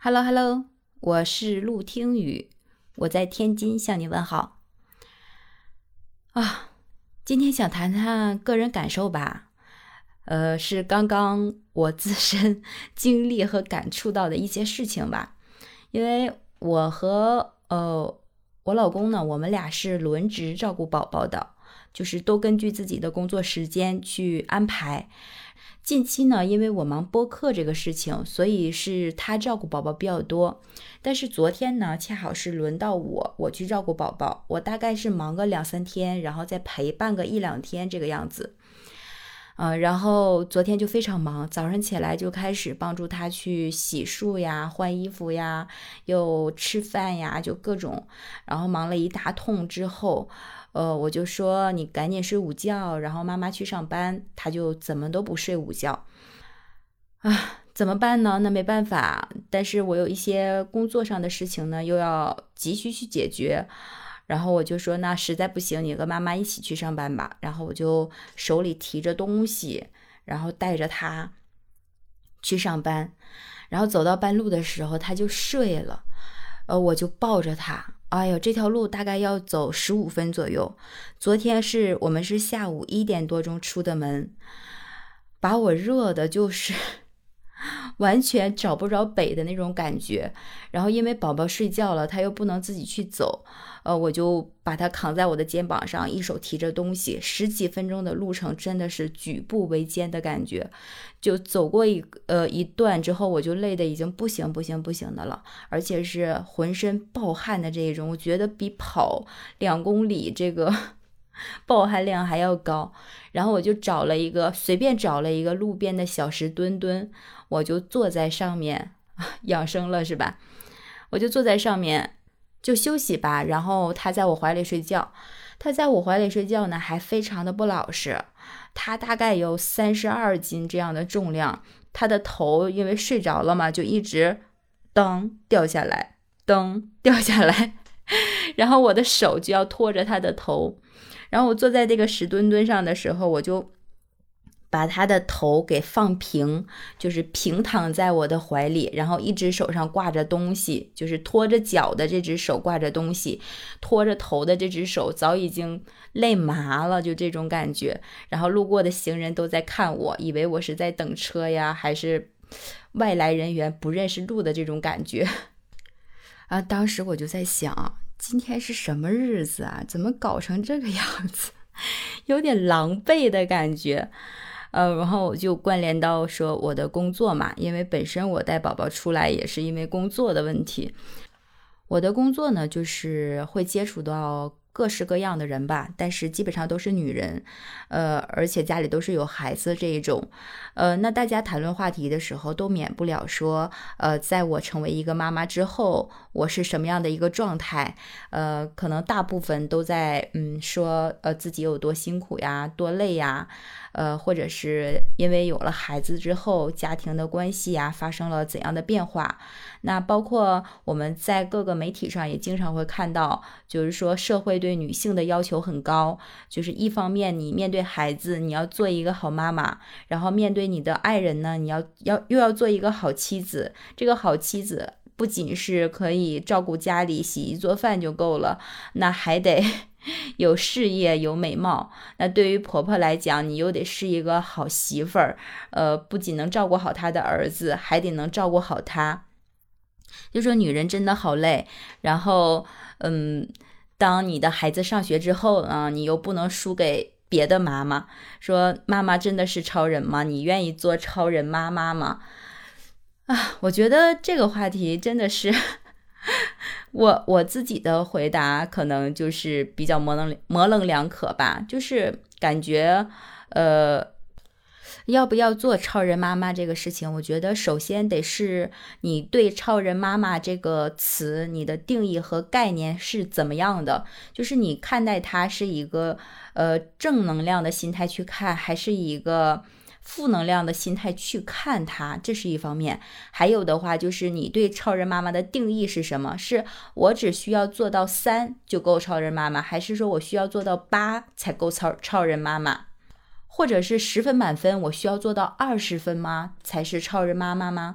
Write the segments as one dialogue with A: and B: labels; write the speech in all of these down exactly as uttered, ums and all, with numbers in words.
A: Hello Hello，我是陆听雨，我在天津向你问好啊。今天想谈谈个人感受吧，呃，是刚刚我自身经历和感触到的一些事情吧。因为我和呃我老公呢，我们俩是轮值照顾宝宝的，就是都根据自己的工作时间去安排。近期呢，因为我忙播客这个事情，所以是他照顾宝宝比较多。但是昨天呢，恰好是轮到我，我去照顾宝宝。我大概是忙个两三天，然后再陪伴个一两天这个样子。呃，然后昨天就非常忙，早上起来就开始帮助他去洗漱呀、换衣服呀，又吃饭呀，就各种，然后忙了一大通之后。呃，我就说你赶紧睡午觉，然后妈妈去上班，他就怎么都不睡午觉啊，怎么办呢？那没办法，但是我有一些工作上的事情呢，又要急需去解决，然后我就说那实在不行，你和妈妈一起去上班吧。然后我就手里提着东西，然后带着他去上班，然后走到半路的时候，他就睡了，呃，我就抱着他。哎呦，这条路大概要走十五分左右。昨天是我们是下午一点多钟出的门，把我热的就是完全找不着北的那种感觉。然后因为宝宝睡觉了，他又不能自己去走，呃，我就把他扛在我的肩膀上，一手提着东西，十几分钟的路程真的是举步维艰的感觉。就走过一呃一段之后，我就累得已经不行不行不行的了，而且是浑身暴汗的这一种，我觉得比跑两公里这个暴汗量还要高。然后我就找了一个随便找了一个路边的小石墩墩，我就坐在上面，养生了是吧？我就坐在上面就休息吧。然后他在我怀里睡觉，他在我怀里睡觉呢，还非常的不老实。他大概有三十二斤这样的重量，他的头因为睡着了嘛，就一直噔掉下来，噔掉下来，然后我的手就要拖着他的头。然后我坐在这个石墩墩上的时候，我就把他的头给放平，就是平躺在我的怀里，然后一只手上挂着东西，就是拖着脚的这只手挂着东西，拖着头的这只手早已经累麻了，就这种感觉。然后路过的行人都在看我，以为我是在等车呀，还是外来人员不认识路的这种感觉啊。当时我就在想，今天是什么日子啊？怎么搞成这个样子？有点狼狈的感觉。呃，然后我就关联到说我的工作嘛，因为本身我带宝宝出来也是因为工作的问题。我的工作呢，就是会接触到各式各样的人吧，但是基本上都是女人，呃，而且家里都是有孩子这一种，呃，那大家谈论话题的时候都免不了说，呃，在我成为一个妈妈之后，我是什么样的一个状态，呃，可能大部分都在嗯说，呃，自己有多辛苦呀，多累呀，呃，或者是因为有了孩子之后，家庭的关系呀发生了怎样的变化。那包括我们在各个媒体上也经常会看到，就是说社会对女性的要求很高，就是一方面你面对孩子你要做一个好妈妈，然后面对你的爱人呢，你要要又要做一个好妻子。这个好妻子不仅是可以照顾家里洗衣做饭就够了，那还得有事业有美貌。那对于婆婆来讲，你又得是一个好媳妇儿，呃，不仅能照顾好她的儿子，还得能照顾好她。就说女人真的好累。然后嗯，当你的孩子上学之后啊，你又不能输给别的妈妈，说妈妈真的是超人吗？你愿意做超人妈妈吗？啊，我觉得这个话题真的是我我自己的回答可能就是比较模棱模棱两可吧，就是感觉呃要不要做超人妈妈这个事情，我觉得首先得是你对超人妈妈这个词，你的定义和概念是怎么样的，就是你看待它是一个呃正能量的心态去看，还是一个负能量的心态去看它，这是一方面。还有的话就是你对超人妈妈的定义是什么，是我只需要做到三就够超人妈妈，还是说我需要做到八才够超超人妈妈？或者是十分满分，我需要做到二十分吗？才是超人妈妈吗？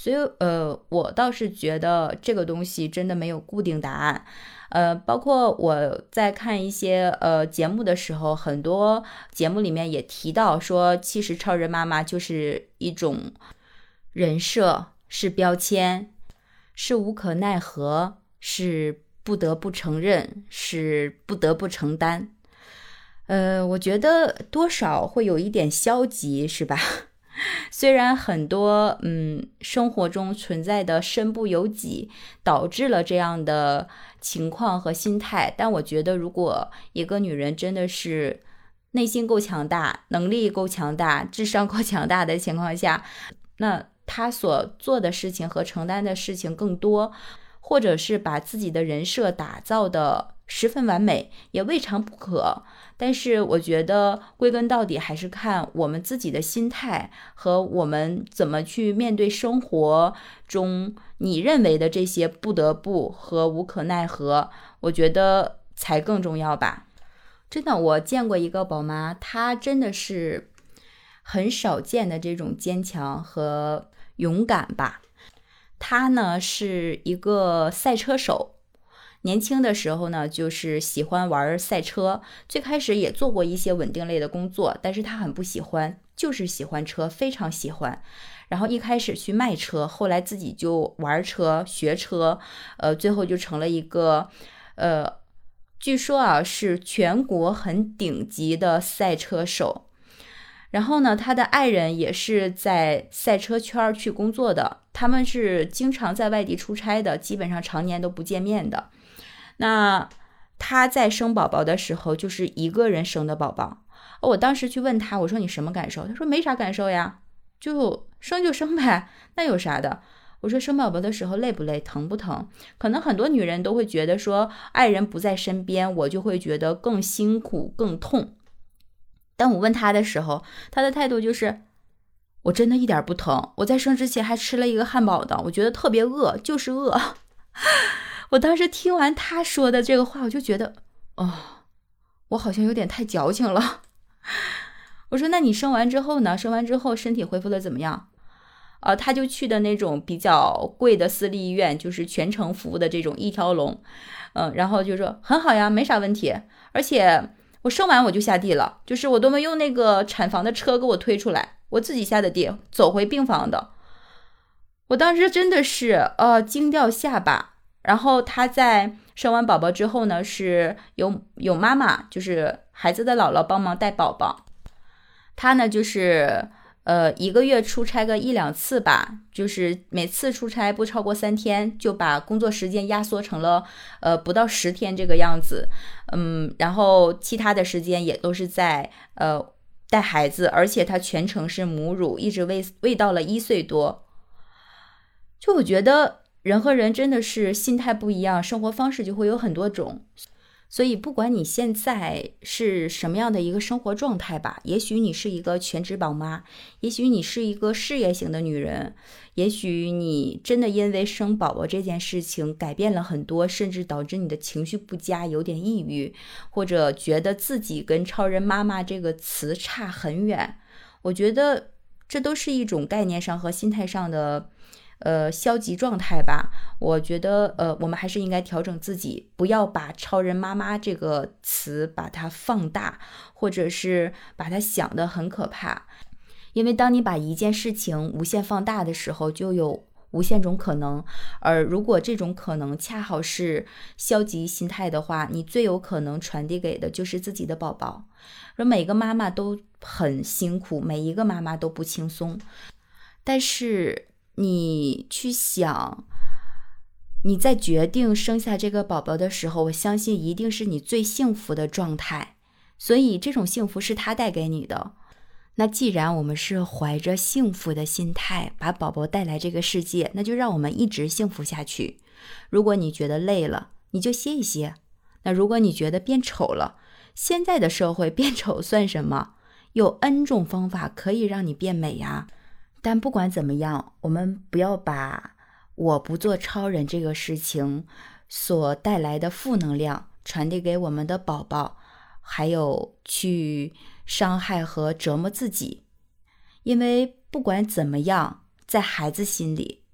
A: 所以呃，我倒是觉得这个东西真的没有固定答案。呃，包括我在看一些呃节目的时候，很多节目里面也提到说，其实超人妈妈就是一种人设，是标签，是无可奈何，是不得不承认，是不得不承担。呃，我觉得多少会有一点消极，是吧？虽然很多嗯生活中存在的身不由己导致了这样的情况和心态，但我觉得如果一个女人真的是内心够强大，能力够强大，智商够强大的情况下，那她所做的事情和承担的事情更多，或者是把自己的人设打造的十分完美，也未尝不可。但是我觉得归根到底还是看我们自己的心态和我们怎么去面对生活中你认为的这些不得不和无可奈何，我觉得才更重要吧。真的，我见过一个宝妈，她真的是很少见的这种坚强和勇敢吧。她呢是一个赛车手，年轻的时候呢，就是喜欢玩赛车，最开始也做过一些稳定类的工作，但是他很不喜欢，就是喜欢车，非常喜欢。然后一开始去卖车，后来自己就玩车、学车，呃，最后就成了一个，呃，据说啊是全国很顶级的赛车手。然后呢，他的爱人也是在赛车圈去工作的，他们是经常在外地出差的，基本上常年都不见面的。那他在生宝宝的时候就是一个人生的宝宝，我当时去问他，我说你什么感受？他说没啥感受呀，就生就生呗，那有啥的？我说生宝宝的时候累不累，疼不疼？可能很多女人都会觉得说爱人不在身边，我就会觉得更辛苦更痛。但我问他的时候，他的态度就是我真的一点不疼，我在生之前还吃了一个汉堡的，我觉得特别饿，就是饿。我当时听完他说的这个话，我就觉得哦，我好像有点太矫情了。我说那你生完之后呢？生完之后身体恢复的怎么样？呃，他就去的那种比较贵的私立医院，就是全程服务的这种一条龙。嗯，然后就说很好呀，没啥问题，而且我生完我就下地了，就是我都没用那个产房的车给我推出来，我自己下的地，走回病房的。我当时真的是呃惊掉下巴。然后他在生完宝宝之后呢，是有有妈妈，就是孩子的姥姥帮忙带宝宝。他呢就是呃一个月出差个一两次吧，就是每次出差不超过三天，就把工作时间压缩成了呃不到十天这个样子。嗯，然后其他的时间也都是在呃带孩子，而且他全程是母乳，一直喂喂到了一岁多。就我觉得人和人真的是心态不一样，生活方式就会有很多种。所以不管你现在是什么样的一个生活状态吧，也许你是一个全职宝妈，也许你是一个事业型的女人，也许你真的因为生宝宝这件事情改变了很多，甚至导致你的情绪不佳，有点抑郁，或者觉得自己跟超人妈妈这个词差很远。我觉得这都是一种概念上和心态上的呃，消极状态吧。我觉得呃，我们还是应该调整自己，不要把超人妈妈这个词把它放大，或者是把它想得很可怕。因为当你把一件事情无限放大的时候，就有无限种可能，而如果这种可能恰好是消极心态的话，你最有可能传递给的就是自己的宝宝。而每个妈妈都很辛苦，每一个妈妈都不轻松，但是你去想，你在决定生下这个宝宝的时候，我相信一定是你最幸福的状态，所以这种幸福是他带给你的。那既然我们是怀着幸福的心态把宝宝带来这个世界，那就让我们一直幸福下去。如果你觉得累了，你就歇一歇。那如果你觉得变丑了，现在的社会变丑算什么？有 N 种方法可以让你变美呀。但不管怎么样，我们不要把我不做超人这个事情所带来的负能量传递给我们的宝宝，还有去伤害和折磨自己。因为不管怎么样，在孩子心里，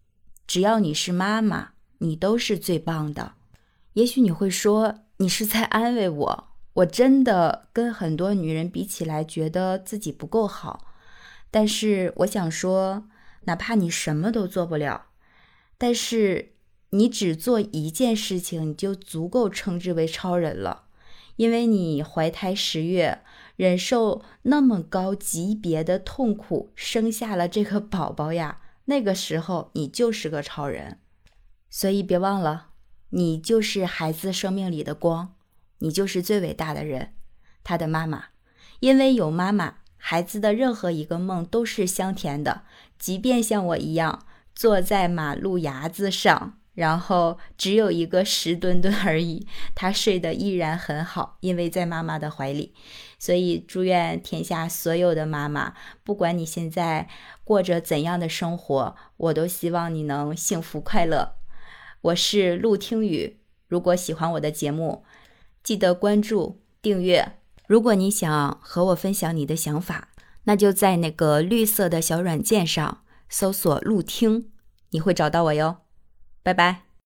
A: 只要你是妈妈，你都是最棒的。也许你会说，你是在安慰我，我真的跟很多女人比起来，觉得自己不够好。但是我想说，哪怕你什么都做不了，但是你只做一件事情，你就足够称之为超人了。因为你怀胎十月，忍受那么高级别的痛苦，生下了这个宝宝呀，那个时候你就是个超人。所以别忘了，你就是孩子生命里的光，你就是最伟大的人，他的妈妈。因为有妈妈，孩子的任何一个梦都是香甜的，即便像我一样坐在马路牙子上，然后只有一个石墩墩而已，他睡得依然很好，因为在妈妈的怀里。所以祝愿天下所有的妈妈，不管你现在过着怎样的生活，我都希望你能幸福快乐。我是陆听雨，如果喜欢我的节目，记得关注订阅。如果你想和我分享你的想法，那就在那个绿色的小软件上搜索陆听，你会找到我哟。拜拜。